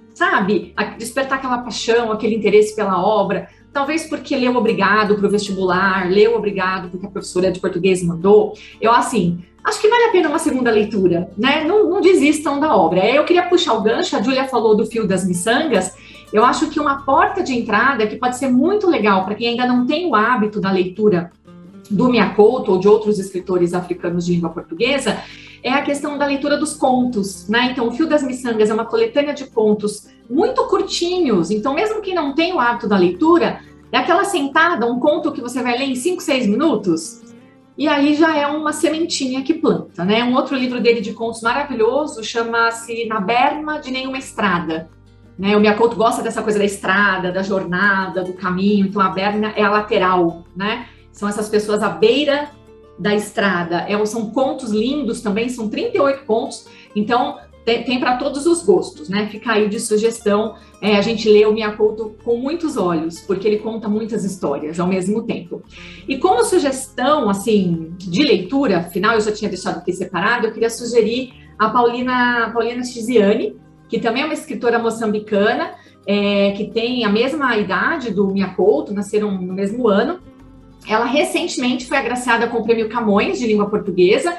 sabe, despertar aquela paixão, aquele interesse pela obra, talvez porque leu obrigado para o vestibular, leu obrigado porque a professora de português mandou, eu, assim, acho que vale a pena uma segunda leitura, né? Não, não desistam da obra. Eu queria puxar o gancho, a Júlia falou do Fio das Miçangas, eu acho que uma porta de entrada que pode ser muito legal para quem ainda não tem o hábito da leitura do Mia Couto ou de outros escritores africanos de língua portuguesa, é a questão da leitura dos contos, né? Então, o Fio das Miçangas é uma coletânea de contos muito curtinhos, então mesmo quem não tem o hábito da leitura, é aquela sentada, um conto que você vai ler em cinco, seis minutos, e aí já é uma sementinha que planta, né? Um outro livro dele de contos maravilhoso chama-se Na Berma de Nenhuma Estrada, né? O Mia Couto gosta dessa coisa da estrada, da jornada, do caminho, então a berma é a lateral, né? São essas pessoas à beira da estrada. É, são contos lindos também, são trinta e oito contos, então tem, tem para todos os gostos, né? Fica aí de sugestão, é, a gente lê o Mia Couto com muitos olhos, porque ele conta muitas histórias ao mesmo tempo. E como sugestão, assim, de leitura, afinal eu já tinha deixado aqui separado, eu queria sugerir a Paulina, Paulina Chiziane, que também é uma escritora moçambicana, é, que tem a mesma idade do Mia Couto, nasceram no mesmo ano. Ela recentemente foi agraciada com o Prêmio Camões de Língua Portuguesa,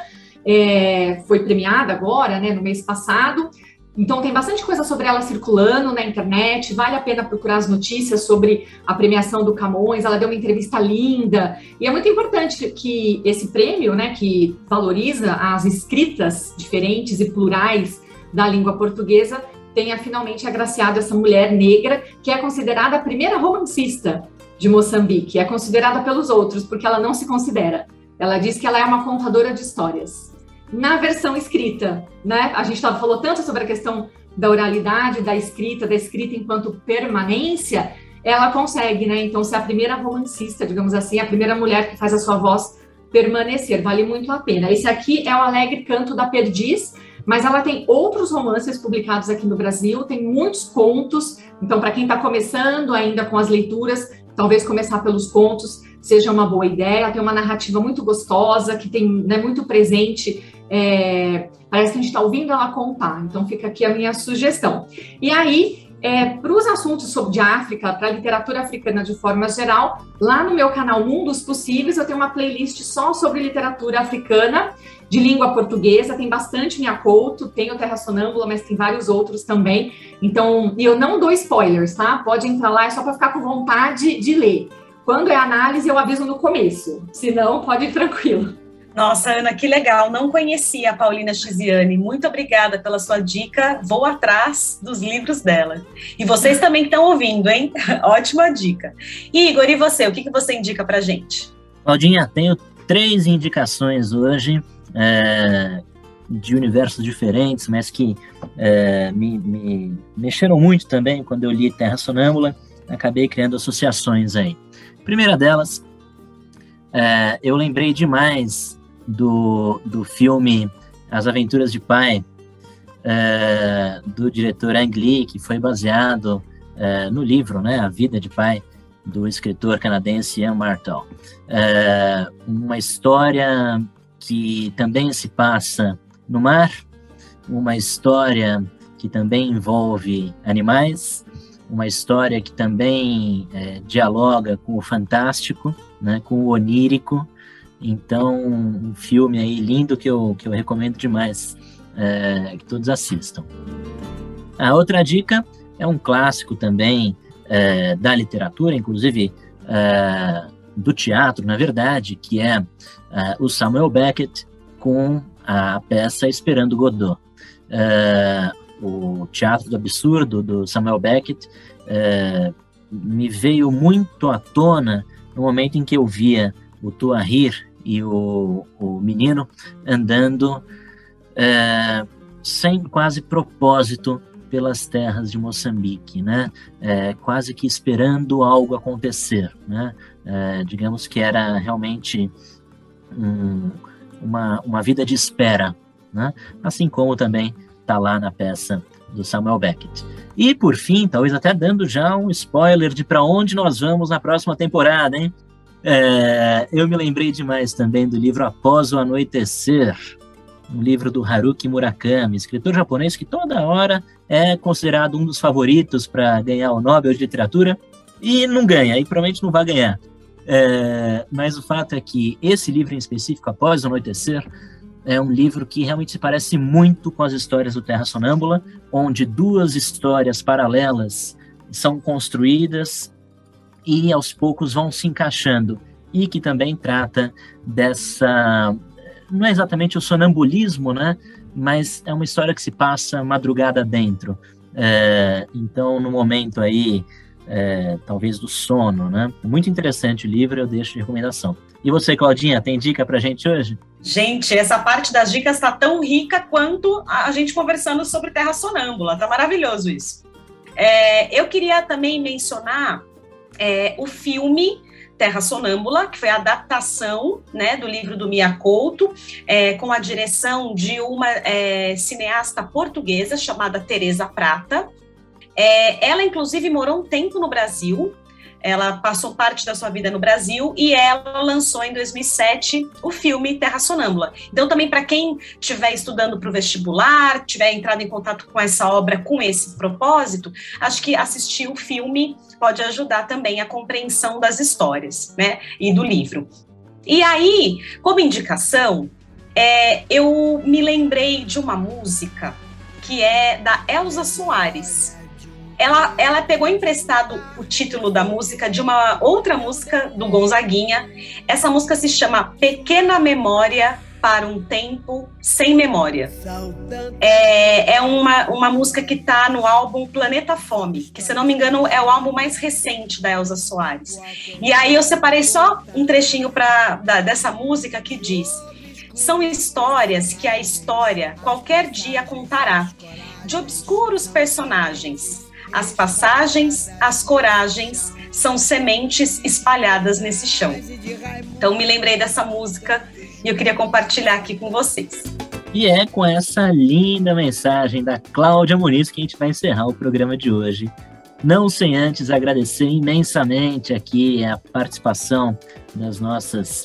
é, foi premiada agora, né, no mês passado. Então tem bastante coisa sobre ela circulando na internet, vale a pena procurar as notícias sobre a premiação do Camões. Ela deu uma entrevista linda, e é muito importante que esse prêmio, né, que valoriza as escritas diferentes e plurais da língua portuguesa, tenha finalmente agraciado essa mulher negra, que é considerada a primeira romancista de Moçambique, é considerada pelos outros, porque ela não se considera. Ela diz que ela é uma contadora de histórias. Na versão escrita, né? A gente tava, falou tanto sobre a questão da oralidade, da escrita, da escrita enquanto permanência, ela consegue, né? Então, ser a primeira romancista, digamos assim, a primeira mulher que faz a sua voz permanecer, vale muito a pena. Esse aqui é o Alegre Canto da Perdiz, mas ela tem outros romances publicados aqui no Brasil, tem muitos contos, então para quem está começando ainda com as leituras, talvez começar pelos contos seja uma boa ideia. Ela tem uma narrativa muito gostosa, que tem, né, muito presente, é, parece que a gente está ouvindo ela contar, então fica aqui a minha sugestão. E aí, é, para os assuntos sobre de África, para a literatura africana de forma geral, lá no meu canal Mundos Possíveis, eu tenho uma playlist só sobre literatura africana, de língua portuguesa, tem bastante Mia Couto, tem o Terra Sonâmbula, mas tem vários outros também. Então, e eu não dou spoilers, tá? Pode entrar lá, é só para ficar com vontade de ler. Quando é análise, eu aviso no começo, senão pode ir tranquilo. Nossa, Ana, que legal, não conhecia a Paulina Chiziane, muito obrigada pela sua dica, vou atrás dos livros dela. E vocês também estão ouvindo, hein? Ótima dica. Igor, e você, o que, que você indica pra gente? Claudinha, tenho três indicações hoje, é, de universos diferentes, mas que é, me, me mexeram muito também quando eu li Terra Sonâmbula. Acabei criando associações aí. Primeira delas, é, eu lembrei demais do, do filme As Aventuras de Pai, é, do diretor Ang Lee, que foi baseado é, no livro, né, A Vida de Pai, do escritor canadense Ian Martel. É, uma história que também se passa no mar, uma história que também envolve animais, uma história que também é, dialoga com o fantástico, né, com o onírico. Então, um filme aí lindo que eu, que eu recomendo demais, é, que todos assistam. A outra dica é um clássico também é, da literatura, inclusive é, do teatro, na verdade, que é, é o Samuel Beckett com a peça Esperando Godot. É, o Teatro do Absurdo, do Samuel Beckett, é, me veio muito à tona no momento em que eu via o Tuahir e o, o menino andando é, sem quase propósito pelas terras de Moçambique, né? É, quase que esperando algo acontecer, né? É, digamos que era realmente um, uma, uma vida de espera, né? Assim como também está lá na peça do Samuel Beckett. E, por fim, talvez até dando já um spoiler de para onde nós vamos na próxima temporada, hein? É, eu me lembrei demais também do livro Após o Anoitecer, um livro do Haruki Murakami, escritor japonês que toda hora é considerado um dos favoritos para ganhar o Nobel de Literatura, e não ganha, e provavelmente não vai ganhar. É, mas o fato é que esse livro em específico, Após o Anoitecer, é um livro que realmente se parece muito com as histórias do Terra Sonâmbula, onde duas histórias paralelas são construídas e aos poucos vão se encaixando, e que também trata dessa, não é exatamente o sonambulismo, né, mas é uma história que se passa madrugada dentro, é, então no momento aí, é, talvez do sono, né, muito interessante o livro, eu deixo de recomendação. E você, Claudinha, tem dica pra gente hoje? Gente, essa parte das dicas está tão rica quanto a gente conversando sobre Terra Sonâmbula, tá maravilhoso isso. É, eu queria também mencionar É, o filme Terra Sonâmbula, que foi a adaptação, né, do livro do Mia Couto, é, com a direção de uma é, cineasta portuguesa chamada Teresa Prata. É, ela, inclusive, morou um tempo no Brasil, ela passou parte da sua vida no Brasil e ela lançou em dois mil e sete o filme Terra Sonâmbula. Então, também para quem estiver estudando para o vestibular, tiver entrado em contato com essa obra com esse propósito, acho que assistir o filme pode ajudar também a compreensão das histórias, né, e do livro. E aí, como indicação, é, eu me lembrei de uma música que é da Elza Soares. Ela, ela pegou emprestado o título da música de uma outra música do Gonzaguinha. Essa música se chama Pequena Memória para um Tempo Sem Memória. É, é uma, uma música que está no álbum Planeta Fome, que, se não me engano, é o álbum mais recente da Elza Soares. E aí eu separei só um trechinho pra, da, dessa música que diz: são histórias que a história qualquer dia contará, de obscuros personagens. As passagens, as coragens, são sementes espalhadas nesse chão. Então, me lembrei dessa música e eu queria compartilhar aqui com vocês. E é com essa linda mensagem da Cláudia Muniz que a gente vai encerrar o programa de hoje. Não sem antes agradecer imensamente aqui a participação das nossas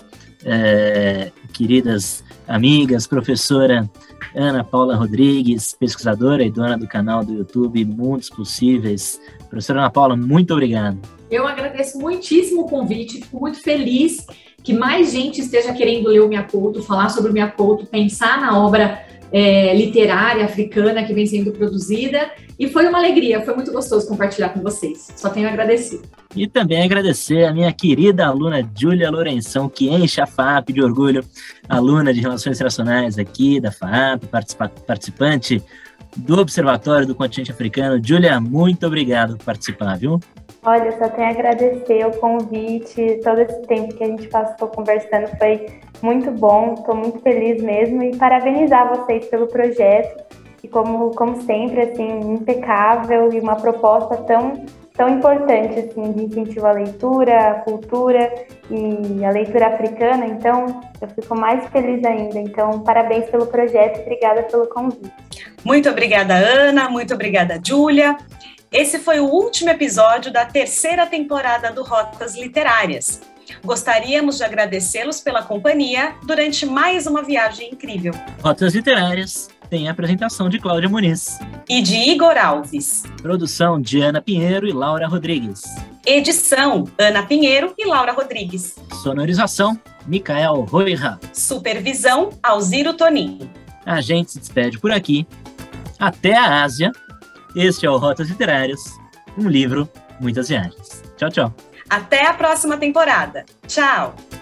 é, queridas amigas, professora Ana Paula Rodrigues, pesquisadora e dona do canal do YouTube Mundos Possíveis. Professora Ana Paula, muito obrigado. Eu agradeço muitíssimo o convite, fico muito feliz que mais gente esteja querendo ler o Mia Couto, falar sobre o Mia Couto, pensar na obra é, literária africana que vem sendo produzida, e foi uma alegria, foi muito gostoso compartilhar com vocês. Só tenho a agradecer. E também agradecer a minha querida aluna Júlia Lourenção, que enche a F A A P de orgulho, aluna de Relações Internacionais aqui da F A A P, participa- participante do Observatório do Continente Africano. Júlia, muito obrigado por participar, viu? Olha, só tenho a agradecer o convite, todo esse tempo que a gente passou conversando foi muito bom, estou muito feliz mesmo e parabenizar vocês pelo projeto e como, como sempre, assim, impecável e uma proposta tão, tão importante, assim, de incentivo à leitura, à cultura e à leitura africana, então eu fico mais feliz ainda. Então, parabéns pelo projeto e obrigada pelo convite. Muito obrigada, Ana, muito obrigada, Júlia. Esse foi o último episódio da terceira temporada do Rotas Literárias. Gostaríamos de agradecê-los pela companhia durante mais uma viagem incrível. Rotas Literárias tem a apresentação de Cláudia Muniz. E de Igor Alves. Produção de Ana Pinheiro e Laura Rodrigues. Edição, Ana Pinheiro e Laura Rodrigues. Sonorização, Micael Roira. Supervisão, Alziro Tonin. A gente se despede por aqui. Até a Ásia. Este é o Rotas Literárias, um livro, muitas viagens. Tchau, tchau. Até a próxima temporada. Tchau!